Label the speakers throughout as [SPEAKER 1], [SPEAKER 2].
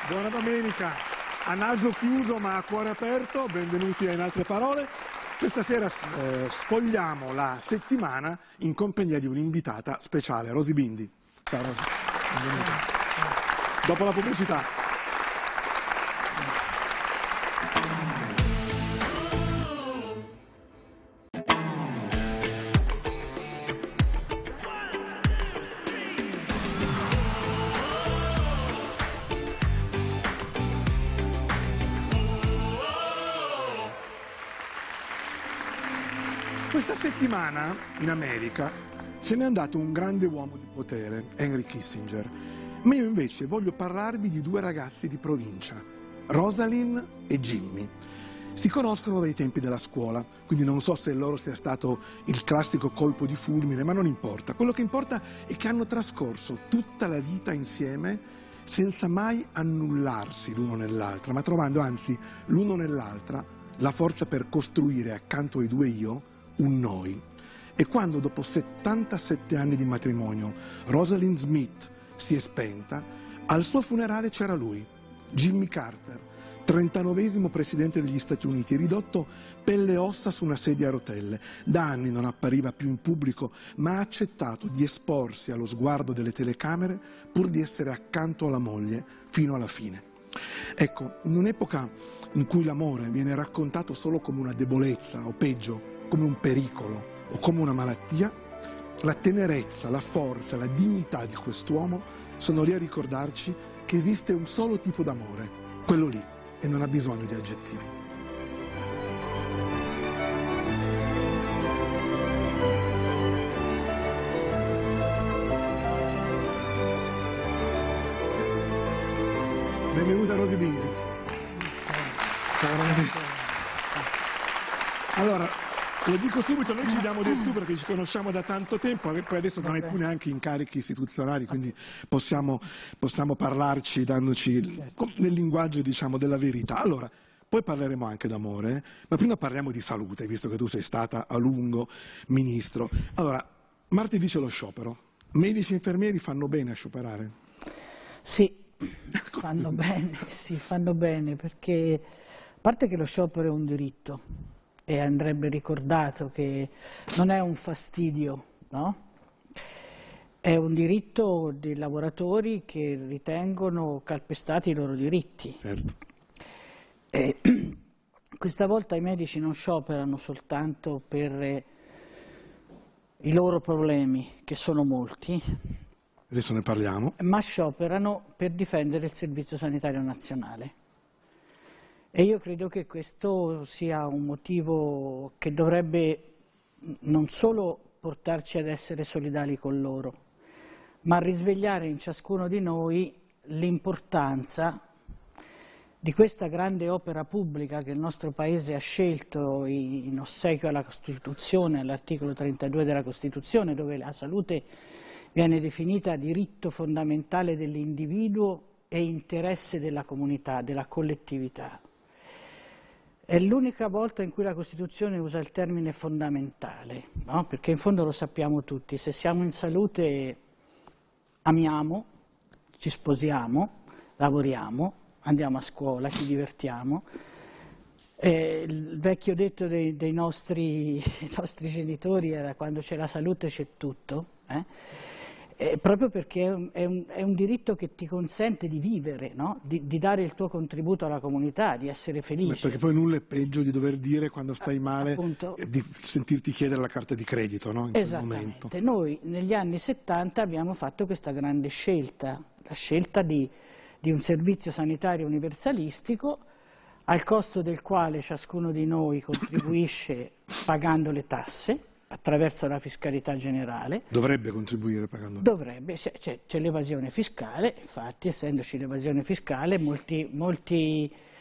[SPEAKER 1] Buona domenica, a naso chiuso ma a cuore aperto, benvenuti a In Altre Parole. Questa sera sfogliamo la settimana in compagnia di un'invitata speciale, Rosy Bindi. Ciao Rosy, benvenuta. Dopo la pubblicità. Questa settimana in America se n'è andato un grande uomo di potere, Henry Kissinger, ma io invece voglio parlarvi di due ragazzi di provincia, Rosalind e Jimmy. Si conoscono dai tempi della scuola, quindi non so se loro sia stato il classico colpo di fulmine, ma non importa. Quello che importa è che hanno trascorso tutta la vita insieme senza mai annullarsi l'uno nell'altra, ma trovando anzi l'uno nell'altra la forza per costruire accanto ai due io un noi. E quando dopo 77 anni di matrimonio Rosalind Smith si è spenta, al suo funerale c'era lui, Jimmy Carter, 39esimo presidente degli Stati Uniti, ridotto pelle e ossa su una sedia a rotelle. Da anni non appariva più in pubblico, ma ha accettato di esporsi allo sguardo delle telecamere pur di essere accanto alla moglie fino alla fine. Ecco, in un'epoca in cui l'amore viene raccontato solo come una debolezza o peggio, come un pericolo o come una malattia, la tenerezza, la forza, la dignità di quest'uomo sono lì a ricordarci che esiste un solo tipo d'amore, quello lì, e non ha bisogno di aggettivi. Benvenuta Rosy Bindi. Allora, lo dico subito, noi ci diamo del tu perché ci conosciamo da tanto tempo, poi adesso non hai più neanche incarichi istituzionali, quindi possiamo parlarci dandoci nel linguaggio, diciamo, della verità. Allora, poi parleremo anche d'amore, ma prima parliamo di salute, visto che tu sei stata a lungo ministro. Allora, martedì c'è lo sciopero. Medici e infermieri fanno bene a scioperare?
[SPEAKER 2] Sì, fanno bene, perché a parte che lo sciopero è un diritto, e andrebbe ricordato che non è un fastidio, no? È un diritto dei lavoratori che ritengono calpestati i loro diritti.
[SPEAKER 1] Certo.
[SPEAKER 2] E questa volta i medici non scioperano soltanto per i loro problemi, che sono molti,
[SPEAKER 1] Adesso ne parliamo.
[SPEAKER 2] ma scioperano per difendere il Servizio Sanitario Nazionale. E io credo che questo sia un motivo che dovrebbe non solo portarci ad essere solidali con loro, ma risvegliare in ciascuno di noi l'importanza di questa grande opera pubblica che il nostro Paese ha scelto in ossequio alla Costituzione, all'articolo 32 della Costituzione, dove la salute viene definita diritto fondamentale dell'individuo e interesse della comunità, della collettività. È l'unica volta in cui la Costituzione usa il termine fondamentale, no? Perché in fondo lo sappiamo tutti, se siamo in salute amiamo, ci sposiamo, lavoriamo, andiamo a scuola, ci divertiamo. Il vecchio detto dei nostri genitori era: quando c'è la salute c'è tutto. Proprio perché è un diritto che ti consente di vivere, no? di dare il tuo contributo alla comunità, di essere felice.
[SPEAKER 1] Perché poi nulla è peggio di dover dire quando stai male,
[SPEAKER 2] Appunto,
[SPEAKER 1] di sentirti chiedere la carta di credito, no? In quel momento.
[SPEAKER 2] Esattamente. Noi negli anni 70 abbiamo fatto questa grande scelta, la scelta di un servizio sanitario universalistico, al costo del quale ciascuno di noi contribuisce pagando le tasse, attraverso la fiscalità generale.
[SPEAKER 1] Dovrebbe contribuire pagando.
[SPEAKER 2] Dovrebbe, c'è l'evasione fiscale, infatti essendoci l'evasione fiscale molti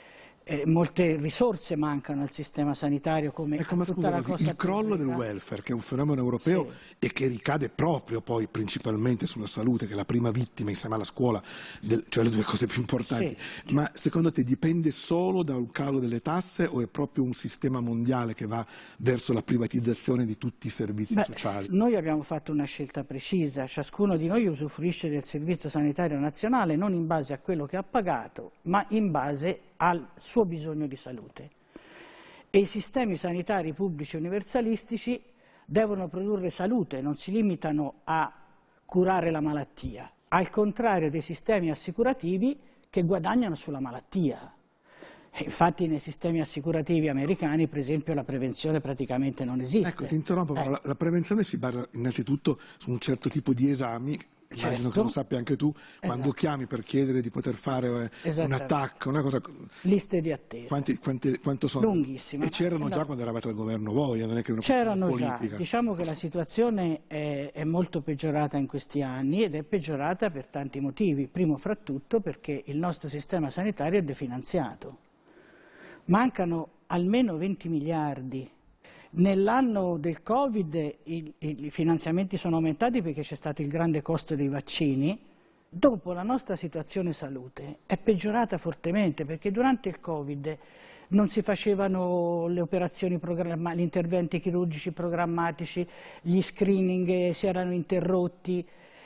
[SPEAKER 2] molte risorse mancano al sistema sanitario come
[SPEAKER 1] Ecco,
[SPEAKER 2] a
[SPEAKER 1] ma
[SPEAKER 2] tutta
[SPEAKER 1] scusa,
[SPEAKER 2] la
[SPEAKER 1] così,
[SPEAKER 2] cosa
[SPEAKER 1] il crollo del
[SPEAKER 2] pubblica.
[SPEAKER 1] welfare, che è un fenomeno europeo e che ricade proprio poi principalmente sulla salute, che è la prima vittima insieme alla scuola, cioè le due cose più importanti,
[SPEAKER 2] Sì.
[SPEAKER 1] ma secondo te dipende solo da un calo delle tasse o è proprio un sistema mondiale che va verso la privatizzazione di tutti i servizi sociali?
[SPEAKER 2] Noi abbiamo fatto una scelta precisa, ciascuno di noi usufruisce del Servizio Sanitario Nazionale non in base a quello che ha pagato, ma in base al suo bisogno di salute. E i sistemi sanitari pubblici universalistici devono produrre salute, non si limitano a curare la malattia, al contrario dei sistemi assicurativi che guadagnano sulla malattia. E infatti nei sistemi assicurativi americani, per esempio, la prevenzione praticamente non esiste.
[SPEAKER 1] Ecco, ti interrompo, ma la prevenzione si basa innanzitutto su un certo tipo di esami. Immagino che lo sappia anche tu, quando chiami per chiedere di poter fare un attacco, una cosa...
[SPEAKER 2] Liste di attesa.
[SPEAKER 1] Quanto sono?
[SPEAKER 2] Lunghissime.
[SPEAKER 1] E c'erano già quando eravate al governo voi, non è che è una
[SPEAKER 2] c'erano
[SPEAKER 1] politica.
[SPEAKER 2] Già, diciamo che la situazione è molto peggiorata in questi anni ed è peggiorata per tanti motivi, primo fra tutto perché il nostro sistema sanitario è definanziato. Mancano almeno 20 miliardi. Nell'anno del Covid i finanziamenti sono aumentati perché c'è stato il grande costo dei vaccini. Dopo la nostra situazione salute è peggiorata fortemente perché durante il Covid non si facevano le operazioni gli interventi chirurgici programmatici, gli screening si erano interrotti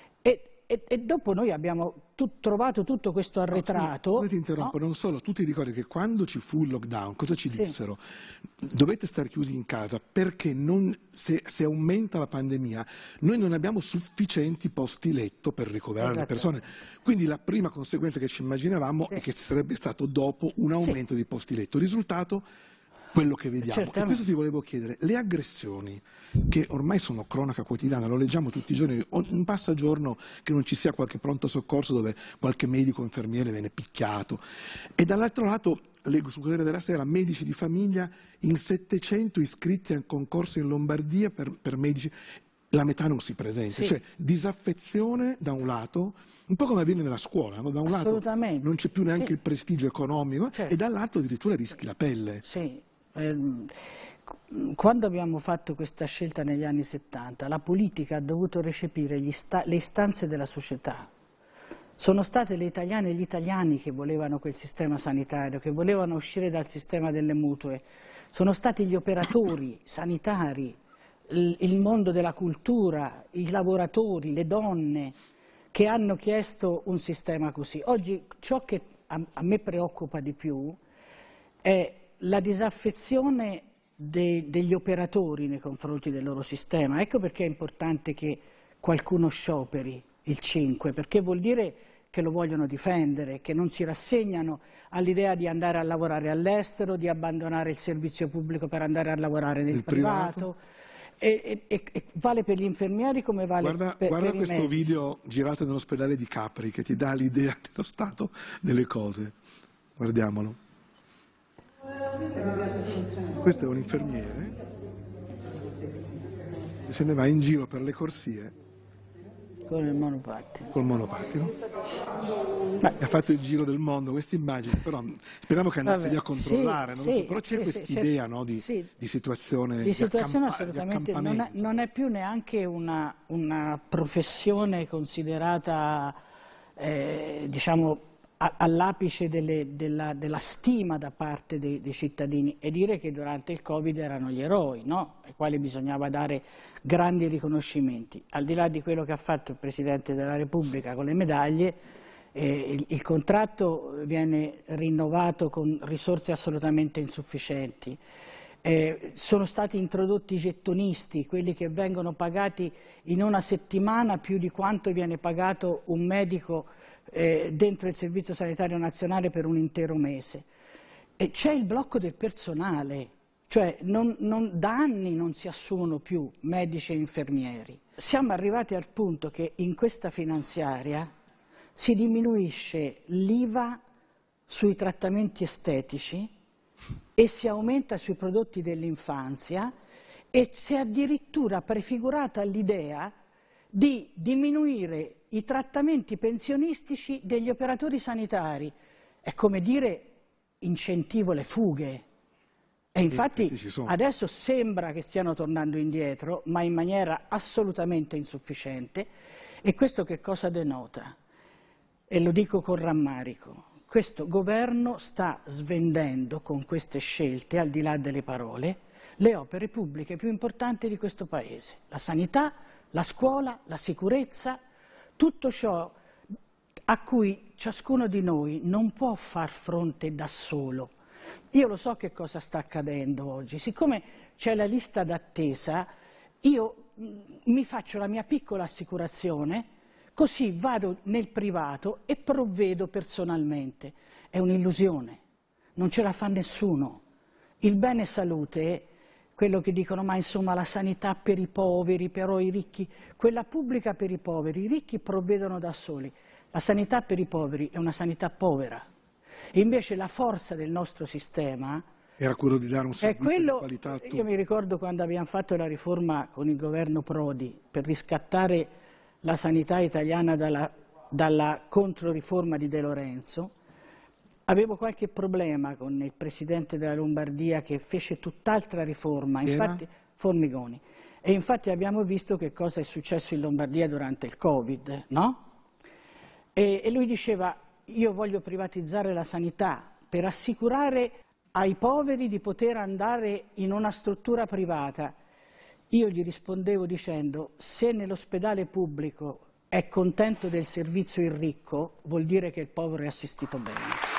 [SPEAKER 2] e dopo noi abbiamo trovato tutto questo arretrato.
[SPEAKER 1] No, ti interrompo, no? Non solo, tu ti ricordi che quando ci fu il lockdown, cosa ci dissero? Dovete stare chiusi in casa perché se aumenta la pandemia noi non abbiamo sufficienti posti letto per ricoverare le persone. Quindi la prima conseguenza che ci immaginavamo è che ci sarebbe stato dopo un aumento di posti letto. Risultato? Quello che vediamo. E questo ti volevo chiedere, le aggressioni che ormai sono cronaca quotidiana, lo leggiamo tutti i giorni, non passa giorno che non ci sia qualche pronto soccorso dove qualche medico o infermiere viene picchiato, e dall'altro lato leggo sul Corriere della Sera medici di famiglia in 700 iscritti al concorso in Lombardia per medici, la metà non si presenta, cioè disaffezione da un lato, un po' come avviene nella scuola, no? Da un lato non c'è più neanche il prestigio economico e dall'altro addirittura rischi la pelle.
[SPEAKER 2] Quando abbiamo fatto questa scelta negli anni 70, la politica ha dovuto recepire le istanze della società. Sono state le italiane e gli italiani che volevano quel sistema sanitario, che volevano uscire dal sistema delle mutue. Sono stati gli operatori sanitari, il mondo della cultura, i lavoratori, le donne, che hanno chiesto un sistema così. Oggi ciò che a me preoccupa di più è la disaffezione degli operatori nei confronti del loro sistema. Ecco perché è importante che qualcuno scioperi il 5, perché vuol dire che lo vogliono difendere, che non si rassegnano all'idea di andare a lavorare all'estero, di abbandonare il servizio pubblico per andare a lavorare nel privato. E vale per gli infermieri come vale per i
[SPEAKER 1] Guarda
[SPEAKER 2] medici.
[SPEAKER 1] Questo video girato nell'ospedale di Capri che ti dà l'idea dello stato delle cose. Guardiamolo. Questo è un infermiere che se ne va in giro per le corsie
[SPEAKER 2] con il monopattino.
[SPEAKER 1] Col monopattino. Ha fatto il giro del mondo, queste immagini, però speriamo che andasse lì a controllare, però c'è quest'idea di situazione
[SPEAKER 2] di situazione assolutamente non è più neanche una professione considerata diciamo all'apice della stima da parte dei cittadini, e dire che durante il Covid erano gli eroi, no? Ai quali bisognava dare grandi riconoscimenti. Al di là di quello che ha fatto il Presidente della Repubblica con le medaglie, il contratto viene rinnovato con risorse assolutamente insufficienti. Sono stati introdotti i gettonisti, quelli che vengono pagati in una settimana più di quanto viene pagato un medico dentro il Servizio Sanitario Nazionale per un intero mese. E c'è il blocco del personale, cioè da anni non si assumono più medici e infermieri. Siamo arrivati al punto che in questa finanziaria si diminuisce l'IVA sui trattamenti estetici e si aumenta sui prodotti dell'infanzia, e si è addirittura prefigurata l'idea di diminuire i trattamenti pensionistici degli operatori sanitari. È come dire incentivo le fughe. E infatti adesso sembra che stiano tornando indietro, ma in maniera assolutamente insufficiente. E questo che cosa denota? E lo dico con rammarico. Questo governo sta svendendo con queste scelte, al di là delle parole, le opere pubbliche più importanti di questo Paese. La sanità, la scuola, la sicurezza, tutto ciò a cui ciascuno di noi non può far fronte da solo. Io lo so che cosa sta accadendo oggi. Siccome c'è la lista d'attesa, io mi faccio la mia piccola assicurazione, così vado nel privato e provvedo personalmente. È un'illusione, non ce la fa nessuno. Il bene salute, quello che dicono, ma insomma la sanità per i poveri, però i ricchi, quella pubblica per i poveri, i ricchi provvedono da soli. La sanità per i poveri è una sanità povera. E invece la forza del nostro sistema
[SPEAKER 1] era quello di dare un servizio di qualità a tutti.
[SPEAKER 2] Io mi ricordo quando abbiamo fatto la riforma con il governo Prodi per riscattare la sanità italiana dalla controriforma di De Lorenzo, avevo qualche problema con il presidente della Lombardia che fece tutt'altra riforma, infatti, Formigoni, e infatti abbiamo visto che cosa è successo in Lombardia durante il Covid, no? E lui diceva: io voglio privatizzare la sanità per assicurare ai poveri di poter andare in una struttura privata. Io gli rispondevo dicendo: se nell'ospedale pubblico è contento del servizio il ricco, vuol dire che il povero è assistito bene.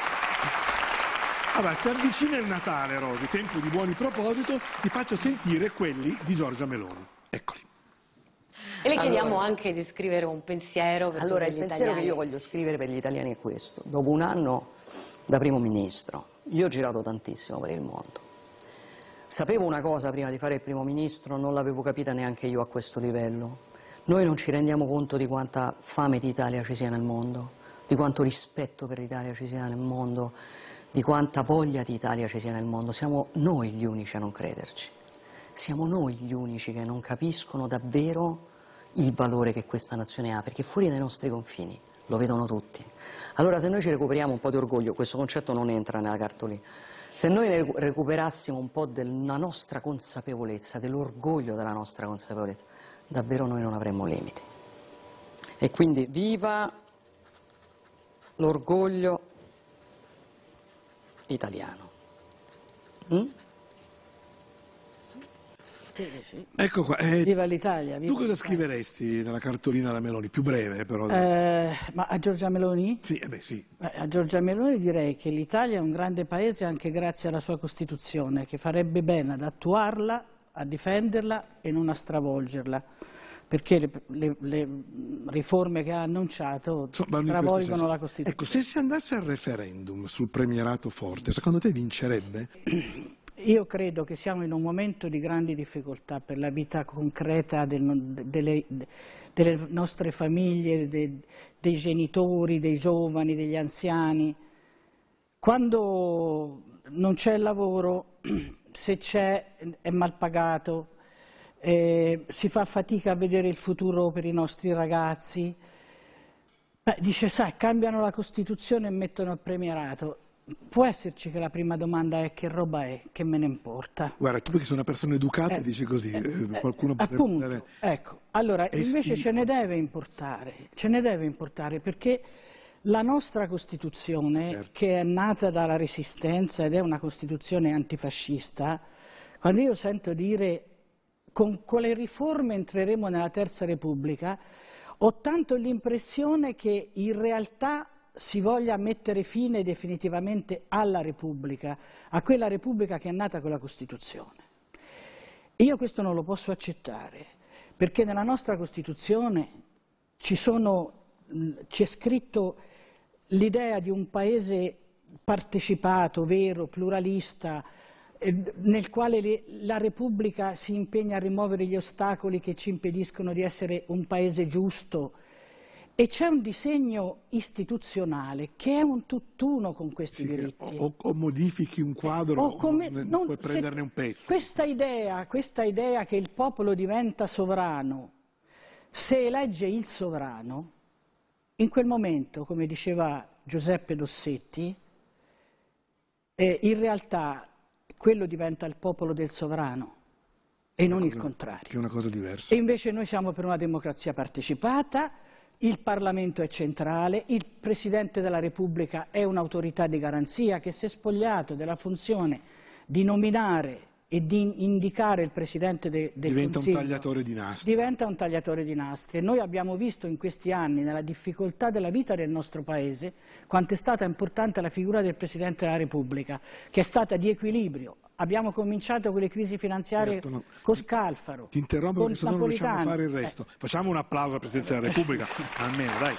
[SPEAKER 1] Allora, si avvicina il Natale, Rosi, tempo di buoni propositi, ti faccio sentire quelli di Giorgia Meloni. Eccoli.
[SPEAKER 3] E le chiediamo anche di scrivere un pensiero per
[SPEAKER 4] Allora,
[SPEAKER 3] tutti gli
[SPEAKER 4] il pensiero
[SPEAKER 3] italiani.
[SPEAKER 4] che io voglio scrivere per gli italiani è questo. Dopo un anno da primo ministro, io ho girato tantissimo per il mondo. Sapevo una cosa prima di fare il primo ministro, non l'avevo capita neanche io a questo livello. Noi non ci rendiamo conto di quanta fame di Italia ci sia nel mondo, di quanto rispetto per l'Italia ci sia nel mondo, di quanta voglia di Italia ci sia nel mondo. Siamo noi gli unici a non crederci. Siamo noi gli unici che non capiscono davvero il valore che questa nazione ha, perché fuori dai nostri confini lo vedono tutti. Allora, se noi ci recuperiamo un po' di orgoglio, questo concetto non entra nella cartolina, se noi recuperassimo un po' della nostra consapevolezza, dell'orgoglio della nostra consapevolezza, davvero noi non avremmo limiti. E quindi viva l'orgoglio italiano.
[SPEAKER 2] Sì.
[SPEAKER 1] Ecco qua.
[SPEAKER 2] Viva l'Italia.
[SPEAKER 1] Tu cosa scriveresti nella cartolina alla Meloni? Più breve però.
[SPEAKER 2] Ma a Giorgia Meloni?
[SPEAKER 1] Sì, sì.
[SPEAKER 2] A Giorgia Meloni direi che l'Italia è un grande paese anche grazie alla sua Costituzione, che farebbe bene ad attuarla, a difenderla e non a stravolgerla, perché le riforme che ha annunciato stravolgono la Costituzione.
[SPEAKER 1] Ecco, se si andasse al referendum sul premierato forte, secondo te vincerebbe?
[SPEAKER 2] Io credo che siamo in un momento di grandi difficoltà per la vita concreta delle nostre famiglie, dei genitori, dei giovani, degli anziani. Quando non c'è lavoro, se c'è è mal pagato, si fa fatica a vedere il futuro per i nostri ragazzi. Dice, sai, cambiano la Costituzione e mettono il premierato. Può esserci che la prima domanda è: che roba è, che me ne importa?
[SPEAKER 1] Guarda, tu che sei una persona educata dici così, qualcuno potrebbe
[SPEAKER 2] appunto, ecco, allora invece ce ne deve importare perché la nostra Costituzione, certo, che è nata dalla Resistenza ed è una Costituzione antifascista, quando io sento dire con le riforme entreremo nella Terza Repubblica, ho tanto l'impressione che in realtà si voglia mettere fine definitivamente alla Repubblica, a quella Repubblica che è nata con la Costituzione. Io questo non lo posso accettare, perché nella nostra Costituzione c'è scritto l'idea di un paese partecipato, vero, pluralista, nel quale la Repubblica si impegna a rimuovere gli ostacoli che ci impediscono di essere un paese giusto. E c'è un disegno istituzionale che è un tutt'uno con questi diritti.
[SPEAKER 1] O modifichi un quadro, non puoi prenderne un pezzo.
[SPEAKER 2] Questa idea che il popolo diventa sovrano se elegge il sovrano, in quel momento, come diceva Giuseppe Dossetti, in realtà quello diventa il popolo del sovrano e non il contrario.
[SPEAKER 1] Che è una cosa diversa.
[SPEAKER 2] E invece noi siamo per una democrazia partecipata, il Parlamento è centrale, il Presidente della Repubblica è un'autorità di garanzia che si è spogliato della funzione di nominare e di indicare il Presidente del
[SPEAKER 1] Diventa
[SPEAKER 2] Consiglio.
[SPEAKER 1] un tagliatore di nastri.
[SPEAKER 2] Diventa un tagliatore di nastri. E noi abbiamo visto in questi anni, nella difficoltà della vita del nostro Paese, quanto è stata importante la figura del Presidente della Repubblica, che è stata di equilibrio. Abbiamo cominciato con le crisi finanziarie con Scalfaro.
[SPEAKER 1] Ti interrompo
[SPEAKER 2] con
[SPEAKER 1] perché se no non riusciamo a
[SPEAKER 2] Napolitano.
[SPEAKER 1] fare il resto. Facciamo un applauso al Presidente della Repubblica, almeno, dai.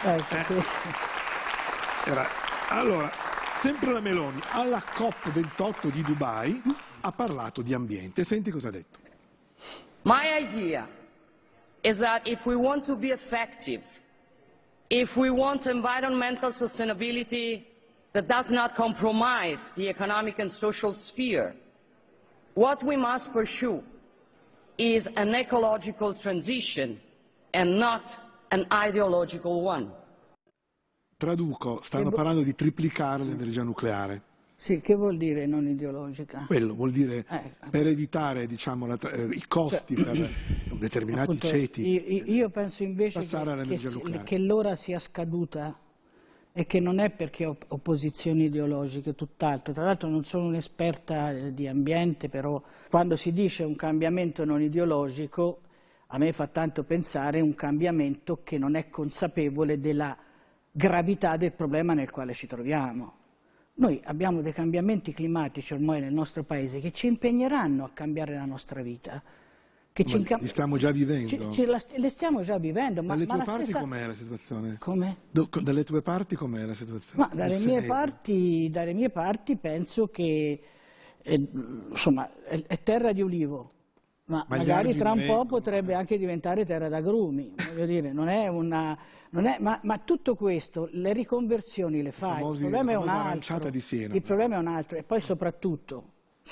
[SPEAKER 1] Allora, sempre la Meloni, alla COP28 di Dubai, ha parlato di ambiente. Senti cosa ha detto.
[SPEAKER 5] My idea is that if we want to be effective, if we want environmental sustainability that does not compromise the economic and social sphere, what we must pursue is an ecological transition and not an ideological one.
[SPEAKER 1] Traduco, stanno parlando di triplicare l'energia nucleare.
[SPEAKER 2] Sì, che vuol dire non ideologica?
[SPEAKER 1] Quello vuol dire per evitare, diciamo, i costi per determinati
[SPEAKER 2] Appunto,
[SPEAKER 1] ceti.
[SPEAKER 2] Io penso invece che l'ora sia scaduta e che non è perché ho opposizioni ideologiche, tutt'altro. Tra l'altro non sono un'esperta di ambiente, però quando si dice un cambiamento non ideologico, a me fa tanto pensare un cambiamento che non è consapevole della gravità del problema nel quale ci troviamo. Noi abbiamo dei cambiamenti climatici ormai nel nostro Paese che ci impegneranno a cambiare la nostra vita.
[SPEAKER 1] Li stiamo già vivendo?
[SPEAKER 2] Le stiamo già vivendo.
[SPEAKER 1] Dalle tue parti com'è la situazione?
[SPEAKER 2] Come?
[SPEAKER 1] Dalle tue parti com'è la situazione?
[SPEAKER 2] Ma dalle mie parti penso che insomma, è terra di ulivo. Ma magari tra un po' potrebbe anche diventare terra d'agrumi, voglio dire, ma tutto questo, le riconversioni le fa, il problema è un altro, e poi soprattutto,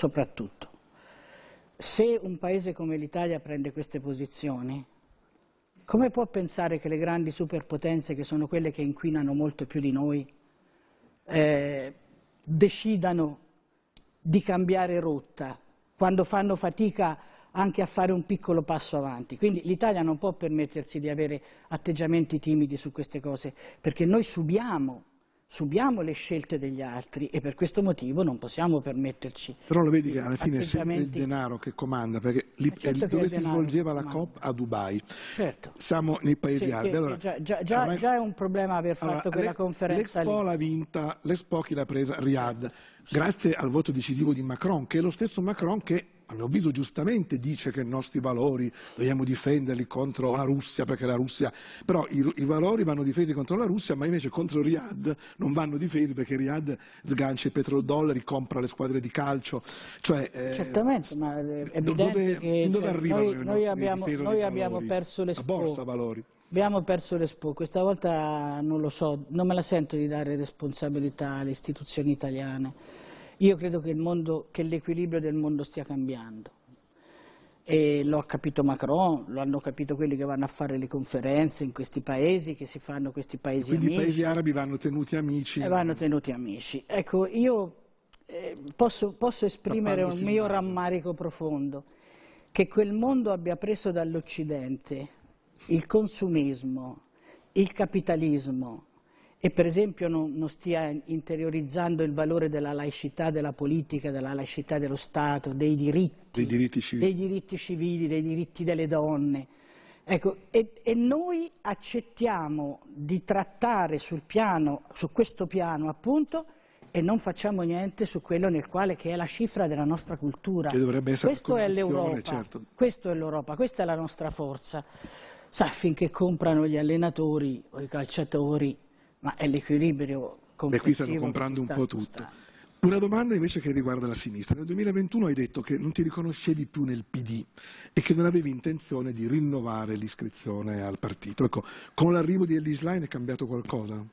[SPEAKER 2] se un paese come l'Italia prende queste posizioni, come può pensare che le grandi superpotenze, che sono quelle che inquinano molto più di noi, decidano di cambiare rotta, quando fanno fatica anche a fare un piccolo passo avanti? Quindi l'Italia non può permettersi di avere atteggiamenti timidi su queste cose, perché noi subiamo le scelte degli altri e per questo motivo non possiamo permetterci.
[SPEAKER 1] Però lo vedi che alla fine è sempre il denaro che comanda, perché dove si svolgeva la COP a Dubai.
[SPEAKER 2] Certo.
[SPEAKER 1] Siamo nei paesi arabi. Allora,
[SPEAKER 2] già è un problema aver fatto quella conferenza
[SPEAKER 1] l'Expo l'ha vinta, l'Expo chi l'ha presa? Riyadh, grazie al voto decisivo di Macron, che è lo stesso Macron che a mio avviso giustamente dice che i nostri valori dobbiamo difenderli contro la Russia, perché la Russia, però i valori vanno difesi contro la Russia, ma invece contro Riyadh non vanno difesi, perché Riyadh sgancia i petrodollari, compra le squadre di calcio, cioè
[SPEAKER 2] certamente, ma è evidente che
[SPEAKER 1] dove arrivano
[SPEAKER 2] noi abbiamo perso l'Expo.
[SPEAKER 1] La borsa valori.
[SPEAKER 2] Abbiamo perso l'Expo, questa volta non lo so, non me la sento di dare responsabilità alle istituzioni italiane. Io credo che l'equilibrio del mondo stia cambiando e lo ha capito Macron, lo hanno capito quelli che vanno a fare le conferenze in questi paesi, che si fanno questi paesi amici.
[SPEAKER 1] Quindi i paesi arabi vanno tenuti amici.
[SPEAKER 2] Vanno tenuti amici. Ecco, io posso esprimere un mio rammarico profondo, che quel mondo abbia preso dall'Occidente il consumismo, il capitalismo, e per esempio non stia interiorizzando il valore della laicità della politica, della laicità dello Stato, dei diritti civili, dei diritti delle donne. Ecco, e noi accettiamo di trattare su questo piano appunto, e non facciamo niente su quello nel quale, che è la cifra della nostra cultura.
[SPEAKER 1] Che dovrebbe essere
[SPEAKER 2] questo è l'Europa,
[SPEAKER 1] certo.
[SPEAKER 2] Questo è l'Europa, questa è la nostra forza. Sa, finché comprano gli allenatori o i calciatori, ma è l'equilibrio complessivo.
[SPEAKER 1] Beh, qui stanno comprando un po' tutto. Una domanda invece che riguarda la sinistra. Nel 2021 hai detto che non ti riconoscevi più nel PD e che non avevi intenzione di rinnovare l'iscrizione al partito. Ecco, con l'arrivo di Elly Schlein è cambiato qualcosa?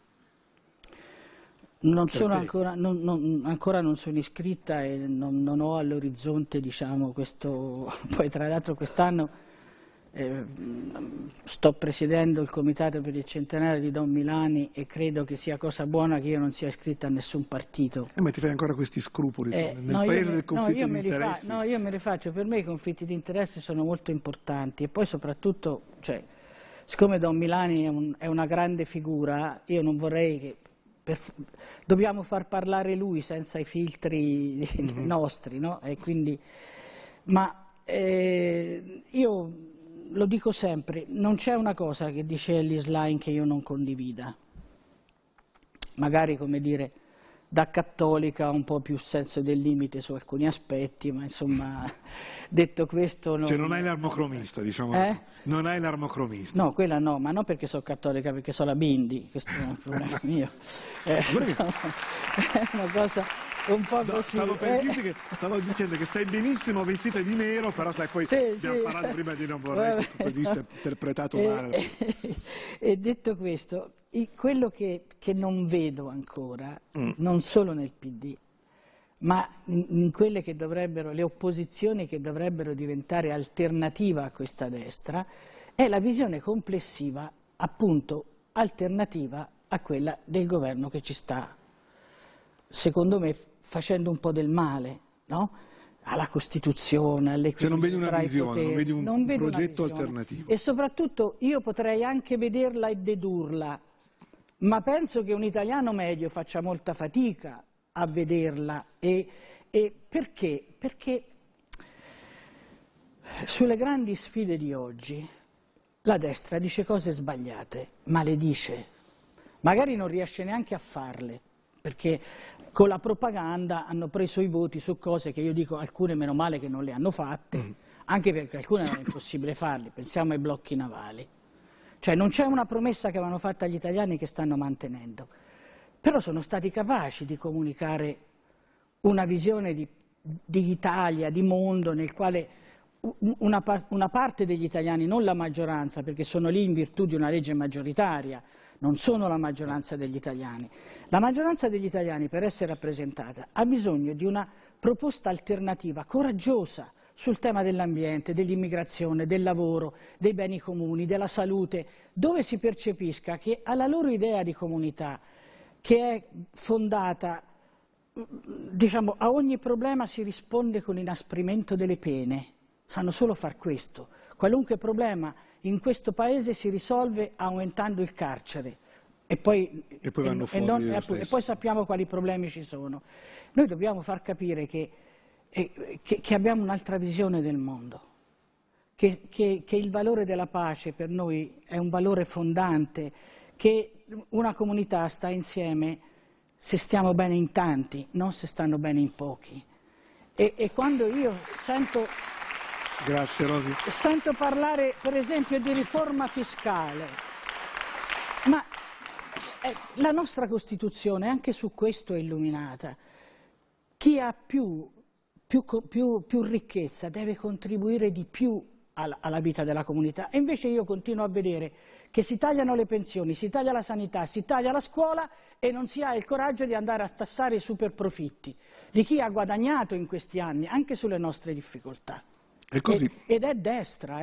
[SPEAKER 2] Ancora non sono iscritta e non ho all'orizzonte, diciamo, questo. Poi tra l'altro quest'anno sto presiedendo il comitato per il centenario di Don Milani e credo che sia cosa buona che io non sia iscritto a nessun partito.
[SPEAKER 1] Ma ti fai ancora questi scrupoli nel paese del conflitto di interessi?
[SPEAKER 2] No, io me li faccio, per me i conflitti di interessi sono molto importanti e poi soprattutto, cioè, siccome Don Milani è una grande figura, io non vorrei che dobbiamo far parlare lui senza i filtri nostri, no? E quindi, ma io lo dico sempre, non c'è una cosa che dice Ellis Line che io non condivida. Magari, come dire, da cattolica ho un po' più senso del limite su alcuni aspetti, ma insomma, detto questo...
[SPEAKER 1] Cioè non hai l'armocromista, diciamo. Non hai l'armocromista.
[SPEAKER 2] No, quella no, ma non perché sono cattolica, perché sono la Bindi, questo è un problema mio. È una cosa un po' così.
[SPEAKER 1] Stavo dicendo che stai benissimo vestita di nero, però sai, poi abbiamo parlato prima di non vorrei che venisse interpretato male.
[SPEAKER 2] E detto questo, quello che non vedo ancora, non solo nel PD, ma in quelle che dovrebbero, le opposizioni che dovrebbero diventare alternativa a questa destra, è la visione complessiva, appunto, alternativa a quella del governo che ci sta, secondo me, facendo un po' del male, no? Alla Costituzione, all'equilibrio.
[SPEAKER 1] Se non vedi una
[SPEAKER 2] tra i
[SPEAKER 1] visione,
[SPEAKER 2] poteri,
[SPEAKER 1] non vedi un progetto alternativo.
[SPEAKER 2] E soprattutto io potrei anche vederla e dedurla, ma penso che un italiano medio faccia molta fatica a vederla. E perché? Perché sulle grandi sfide di oggi la destra dice cose sbagliate, ma le dice. Magari non riesce neanche a farle, perché con la propaganda hanno preso i voti su cose che io dico alcune meno male che non le hanno fatte, anche perché alcune non è impossibile farle, pensiamo ai blocchi navali. Cioè non c'è una promessa che avevano fatto agli italiani che stanno mantenendo, però sono stati capaci di comunicare una visione di Italia, di mondo, nel quale una parte degli italiani, non la maggioranza, perché sono lì in virtù di una legge maggioritaria, non sono la maggioranza degli italiani. La maggioranza degli italiani, per essere rappresentata, ha bisogno di una proposta alternativa, coraggiosa, sul tema dell'ambiente, dell'immigrazione, del lavoro, dei beni comuni, della salute, dove si percepisca che alla loro idea di comunità, che è fondata, diciamo, a ogni problema si risponde con l'inasprimento delle pene, sanno solo far questo. Qualunque problema in questo paese si risolve aumentando il carcere e poi sappiamo quali problemi ci sono. Noi dobbiamo far capire che abbiamo un'altra visione del mondo, che il valore della pace per noi è un valore fondante, che una comunità sta insieme se stiamo bene in tanti, non se stanno bene in pochi. E quando io sento...
[SPEAKER 1] Grazie, Rosi.
[SPEAKER 2] Sento parlare, per esempio, di riforma fiscale, ma la nostra Costituzione anche su questo è illuminata. Chi ha più ricchezza deve contribuire di più alla vita della comunità, e invece io continuo a vedere che si tagliano le pensioni, si taglia la sanità, si taglia la scuola e non si ha il coraggio di andare a tassare i super profitti di chi ha guadagnato in questi anni anche sulle nostre difficoltà.
[SPEAKER 1] È così.
[SPEAKER 2] Ed è destra,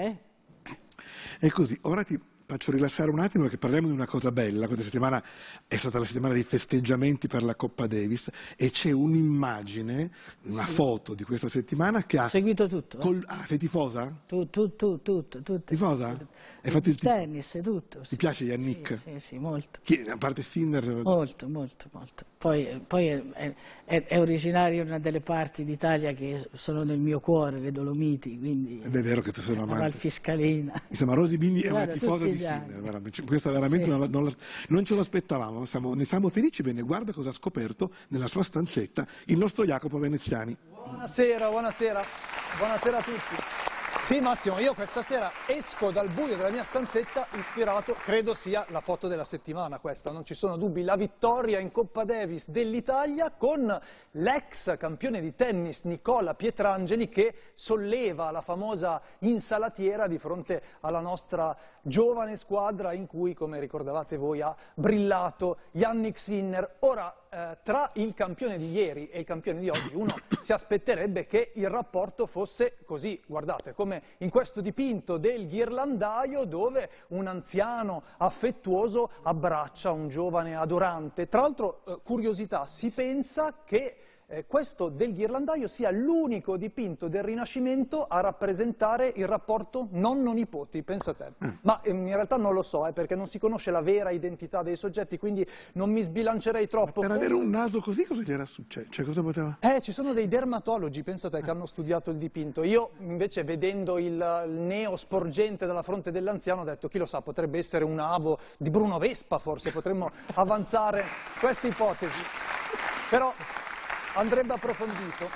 [SPEAKER 1] È così. Ora ti faccio rilassare un attimo perché parliamo di una cosa bella. Questa settimana è stata la settimana dei festeggiamenti per la Coppa Davis e c'è un'immagine, una foto di questa settimana che ha...
[SPEAKER 2] Seguito tutto.
[SPEAKER 1] Sei tifosa?
[SPEAKER 2] Tutto.
[SPEAKER 1] Tifosa? Hai fatto il
[SPEAKER 2] tennis, tutto.
[SPEAKER 1] Ti piace Yannick?
[SPEAKER 2] Sì, molto.
[SPEAKER 1] A parte Sinner?
[SPEAKER 2] Molto. Poi è originario di una delle parti d'Italia che sono nel mio cuore, le Dolomiti, quindi...
[SPEAKER 1] Ed è vero che tu sei un amante.
[SPEAKER 2] Valfiscalina.
[SPEAKER 1] Insomma, Rosi Bindi è una tifosa di Sinner. Questa veramente non ce l'aspettavamo, ne siamo felici. Bene, guarda cosa ha scoperto nella sua stanzetta il nostro Jacopo Veneziani.
[SPEAKER 6] Buonasera a tutti. Sì, Massimo, io questa sera esco dal buio della mia stanzetta ispirato, credo sia la foto della settimana questa, non ci sono dubbi, la vittoria in Coppa Davis dell'Italia con l'ex campione di tennis Nicola Pietrangeli che solleva la famosa insalatiera di fronte alla nostra giovane squadra in cui, come ricordavate voi, ha brillato Yannick Sinner. Ora, tra il campione di ieri e il campione di oggi uno si aspetterebbe che il rapporto fosse così, guardate, come in questo dipinto del ghirlandaio dove un anziano affettuoso abbraccia un giovane adorante. Tra l'altro, curiosità, si pensa che questo del ghirlandaio sia l'unico dipinto del Rinascimento a rappresentare il rapporto nonno-nipoti, pensa te. Ma in realtà non lo so, perché non si conosce la vera identità dei soggetti, quindi non mi sbilancerei troppo.
[SPEAKER 1] Ma per avere un naso così cosa gli era successo? Cioè, cosa poteva...
[SPEAKER 6] Ci sono dei dermatologi, pensa te, che hanno studiato il dipinto. Io invece, vedendo il neo sporgente dalla fronte dell'anziano, ho detto, chi lo sa, potrebbe essere un avo di Bruno Vespa, forse, potremmo avanzare questa ipotesi. Però andrebbe approfondito.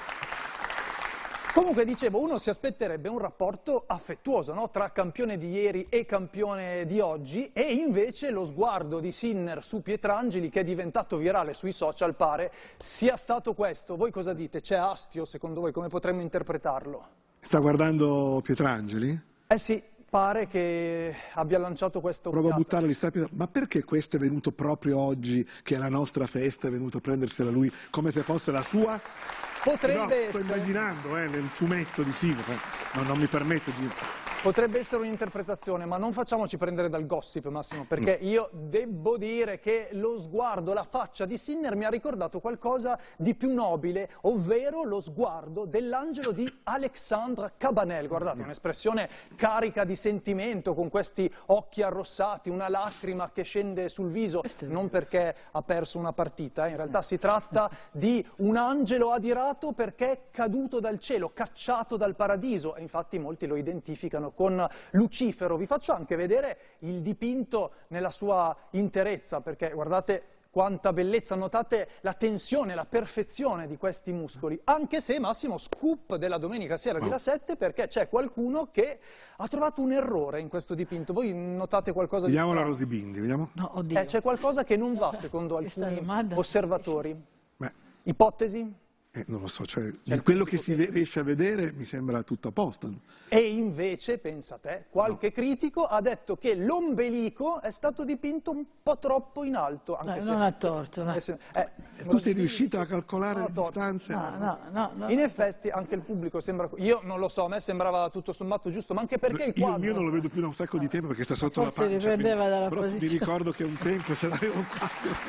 [SPEAKER 6] Comunque, dicevo, uno si aspetterebbe un rapporto affettuoso, no? Tra campione di ieri e campione di oggi, e invece lo sguardo di Sinner su Pietrangeli, che è diventato virale sui social, pare sia stato questo. Voi cosa dite? C'è astio, secondo voi? Come potremmo interpretarlo?
[SPEAKER 1] Sta guardando Pietrangeli?
[SPEAKER 6] Eh sì, pare che abbia lanciato questo...
[SPEAKER 1] Provo a buttare gli stappi. Ma perché questo è venuto proprio oggi, che è la nostra festa, è venuto a prendersela lui come se fosse la sua?
[SPEAKER 6] Potrebbe
[SPEAKER 1] no,
[SPEAKER 6] essere...
[SPEAKER 1] sto immaginando, nel fumetto di Sinner, non mi permetto di...
[SPEAKER 6] Potrebbe essere un'interpretazione, ma non facciamoci prendere dal gossip, Massimo, perché io devo dire che lo sguardo, la faccia di Sinner mi ha ricordato qualcosa di più nobile, ovvero lo sguardo dell'angelo di Alexandre Cabanel. Guardate, un'espressione carica di sentimento, con questi occhi arrossati, una lacrima che scende sul viso, non perché ha perso una partita, in realtà si tratta di un angelo adirato perché è caduto dal cielo, cacciato dal paradiso, e infatti molti lo identificano con Lucifero. Vi faccio anche vedere il dipinto nella sua interezza, perché guardate quanta bellezza, notate la tensione, la perfezione di questi muscoli, anche se, Massimo, scoop della domenica sera di La 7, perché c'è qualcuno che ha trovato un errore in questo dipinto. Voi notate qualcosa di...
[SPEAKER 1] Vediamo la Rosibindi, vediamo.
[SPEAKER 2] No, oddio.
[SPEAKER 6] C'è qualcosa che non va, secondo alcuni osservatori.
[SPEAKER 1] Beh,
[SPEAKER 6] Ipotesi?
[SPEAKER 1] non lo so, cioè, di quello che si riesce a vedere mi sembra tutto a posto.
[SPEAKER 6] E invece, pensa te, qualche critico ha detto che l'ombelico è stato dipinto un po' troppo in alto. Anche se...
[SPEAKER 2] Non ha torto. No.
[SPEAKER 1] Tu sei riuscito a calcolare le distanze?
[SPEAKER 2] No.
[SPEAKER 6] In effetti anche il pubblico sembra... Io non lo so, a me sembrava tutto sommato giusto, ma anche perché il quadro...
[SPEAKER 1] Io il mio non lo vedo più da un sacco di tempo perché sta sotto la pancia.
[SPEAKER 2] Dipendeva dalla
[SPEAKER 1] però
[SPEAKER 2] posizione.
[SPEAKER 1] mi ricordo che un tempo ce l'avevo qua.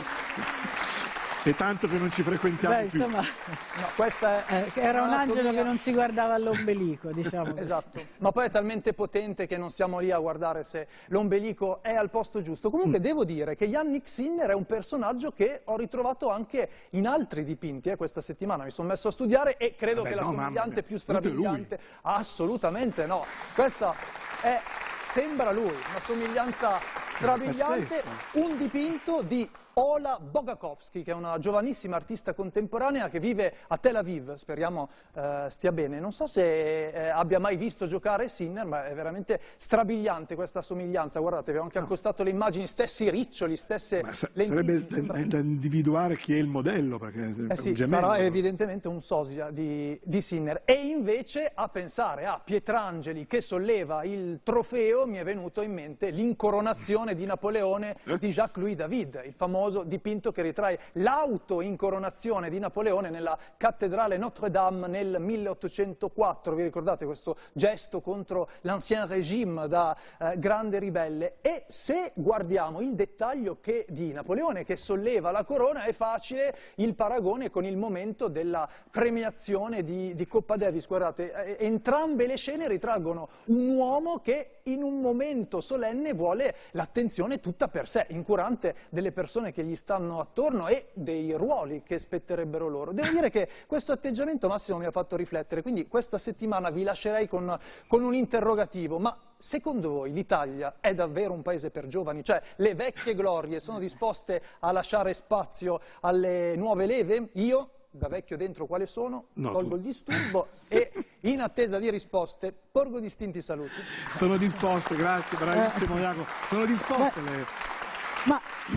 [SPEAKER 1] E tanto che non ci frequentiamo più.
[SPEAKER 2] Insomma,
[SPEAKER 6] no, questa è
[SPEAKER 2] era un angelo che non si guardava all'ombelico, diciamo.
[SPEAKER 6] Esatto, ma poi è talmente potente che non stiamo lì a guardare se l'ombelico è al posto giusto. Comunque devo dire che Jannik Sinner è un personaggio che ho ritrovato anche in altri dipinti questa settimana. Mi sono messo a studiare e credo che la somigliante più strabiliante... Assolutamente no, questa è... Sembra lui, una somiglianza strabiliante, un dipinto di Ola Bogakovsky, che è una giovanissima artista contemporanea che vive a Tel Aviv, speriamo stia bene. Non so se abbia mai visto giocare Sinner, ma è veramente strabiliante questa somiglianza. Guardate, vi ho anche accostato le immagini, stessi riccioli, stesse
[SPEAKER 1] lentille. Sarebbe da individuare chi è il modello, perché è
[SPEAKER 6] sì,
[SPEAKER 1] un gemello.
[SPEAKER 6] Sarà evidentemente un sosia di Sinner. E invece, a pensare a Pietrangeli che solleva il trofeo, mi è venuto in mente l'incoronazione di Napoleone di Jacques-Louis David, il famoso dipinto che ritrae l'auto-incoronazione di Napoleone nella cattedrale Notre-Dame nel 1804. Vi ricordate questo gesto contro l'Ancien Régime da grande ribelle? E se guardiamo il dettaglio di Napoleone che solleva la corona, è facile il paragone con il momento della premiazione di Coppa Davis. Guardate, entrambe le scene ritraggono un uomo che in un momento solenne vuole l'attenzione tutta per sé, incurante delle persone che gli stanno attorno e dei ruoli che spetterebbero loro. Devo dire che questo atteggiamento, Massimo, mi ha fatto riflettere, quindi questa settimana vi lascerei con un interrogativo: ma secondo voi l'Italia è davvero un paese per giovani? Cioè, le vecchie glorie sono disposte a lasciare spazio alle nuove leve? Io, da vecchio dentro quale sono, tolgo il disturbo e, in attesa di risposte, porgo distinti saluti.
[SPEAKER 1] Sono disposte, grazie, bravissimo Jacopo, sono disposte le...
[SPEAKER 2] Ma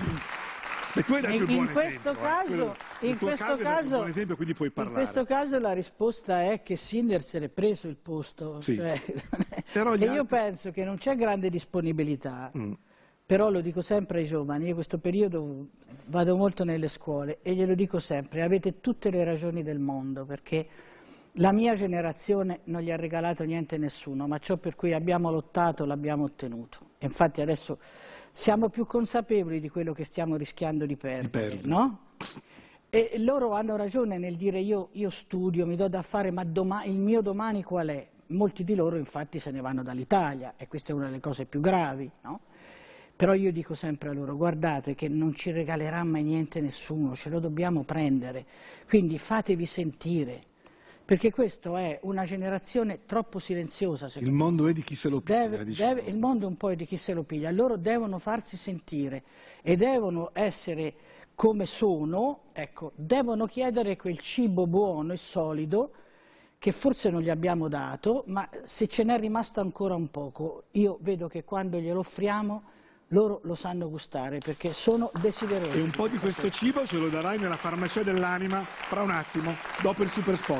[SPEAKER 1] e tu hai dato il buon
[SPEAKER 2] questo
[SPEAKER 1] esempio, in questo caso, buon esempio, quindi puoi parlare.
[SPEAKER 2] In questo caso la risposta è che Sinner se l'è preso il posto,
[SPEAKER 1] sì.
[SPEAKER 2] cioè,
[SPEAKER 1] Però
[SPEAKER 2] e io penso che non c'è grande disponibilità, però lo dico sempre ai giovani, io questo periodo vado molto nelle scuole e glielo dico sempre, avete tutte le ragioni del mondo, perché la mia generazione non gli ha regalato niente a nessuno, ma ciò per cui abbiamo lottato l'abbiamo ottenuto. E infatti adesso siamo più consapevoli di quello che stiamo rischiando di perdere, no? E loro hanno ragione nel dire io studio, mi do da fare, ma il mio domani qual è? Molti di loro infatti se ne vanno dall'Italia e questa è una delle cose più gravi, no? Però io dico sempre a loro, guardate che non ci regalerà mai niente nessuno, ce lo dobbiamo prendere, quindi fatevi sentire, perché questa è una generazione troppo silenziosa.
[SPEAKER 1] Il mondo è di chi se lo piglia, diciamo.
[SPEAKER 2] Il mondo un po' è di chi se lo piglia, loro devono farsi sentire e devono essere come sono, ecco, devono chiedere quel cibo buono e solido che forse non gli abbiamo dato, ma se ce n'è rimasto ancora un poco, io vedo che quando glielo offriamo loro lo sanno gustare perché sono desiderosi.
[SPEAKER 1] E un po' di questo cibo ce lo darai nella farmacia dell'anima fra un attimo, dopo il super spot.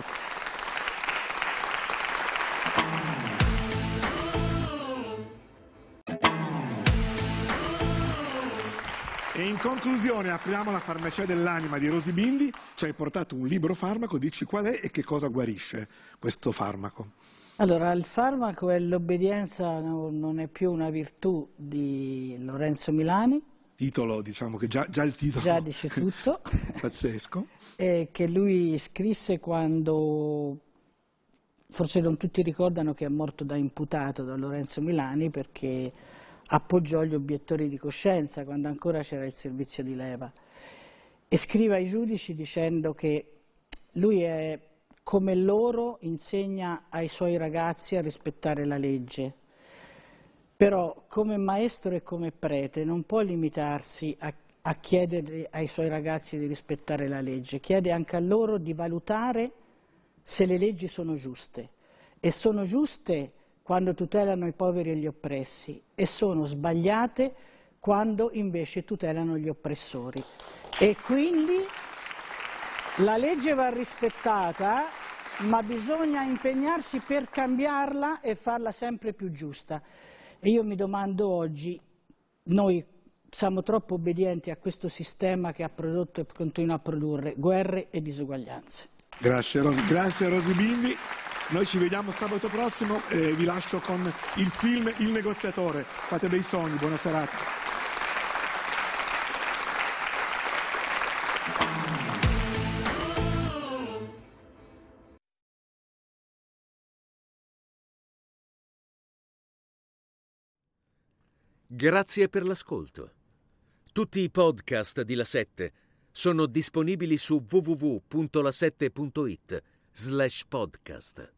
[SPEAKER 1] E in conclusione apriamo la farmacia dell'anima di Rosy Bindi, ci hai portato un libro farmaco, dici qual è e che cosa guarisce questo farmaco?
[SPEAKER 2] Allora, il farmaco è l'obbedienza, non è più una virtù di Lorenzo Milani.
[SPEAKER 1] Titolo, diciamo che già il titolo
[SPEAKER 2] già dice tutto.
[SPEAKER 1] Pazzesco.
[SPEAKER 2] Che lui scrisse quando, forse non tutti ricordano che è morto da imputato da Lorenzo Milani perché appoggiò gli obiettori di coscienza quando ancora c'era il servizio di leva. E scrive ai giudici dicendo che lui è come loro, insegna ai suoi ragazzi a rispettare la legge. Però come maestro e come prete non può limitarsi a chiedere ai suoi ragazzi di rispettare la legge, chiede anche a loro di valutare se le leggi sono giuste. E sono giuste quando tutelano i poveri e gli oppressi, e sono sbagliate quando invece tutelano gli oppressori. E quindi la legge va rispettata, ma bisogna impegnarsi per cambiarla e farla sempre più giusta. E io mi domando oggi, noi siamo troppo obbedienti a questo sistema che ha prodotto e continua a produrre guerre e disuguaglianze.
[SPEAKER 1] Grazie Rosy Bindi, noi ci vediamo sabato prossimo e vi lascio con il film Il negoziatore. Fate bei sogni, buona serata.
[SPEAKER 7] Grazie per l'ascolto. Tutti i podcast di La 7 sono disponibili su www.la7.it/podcast.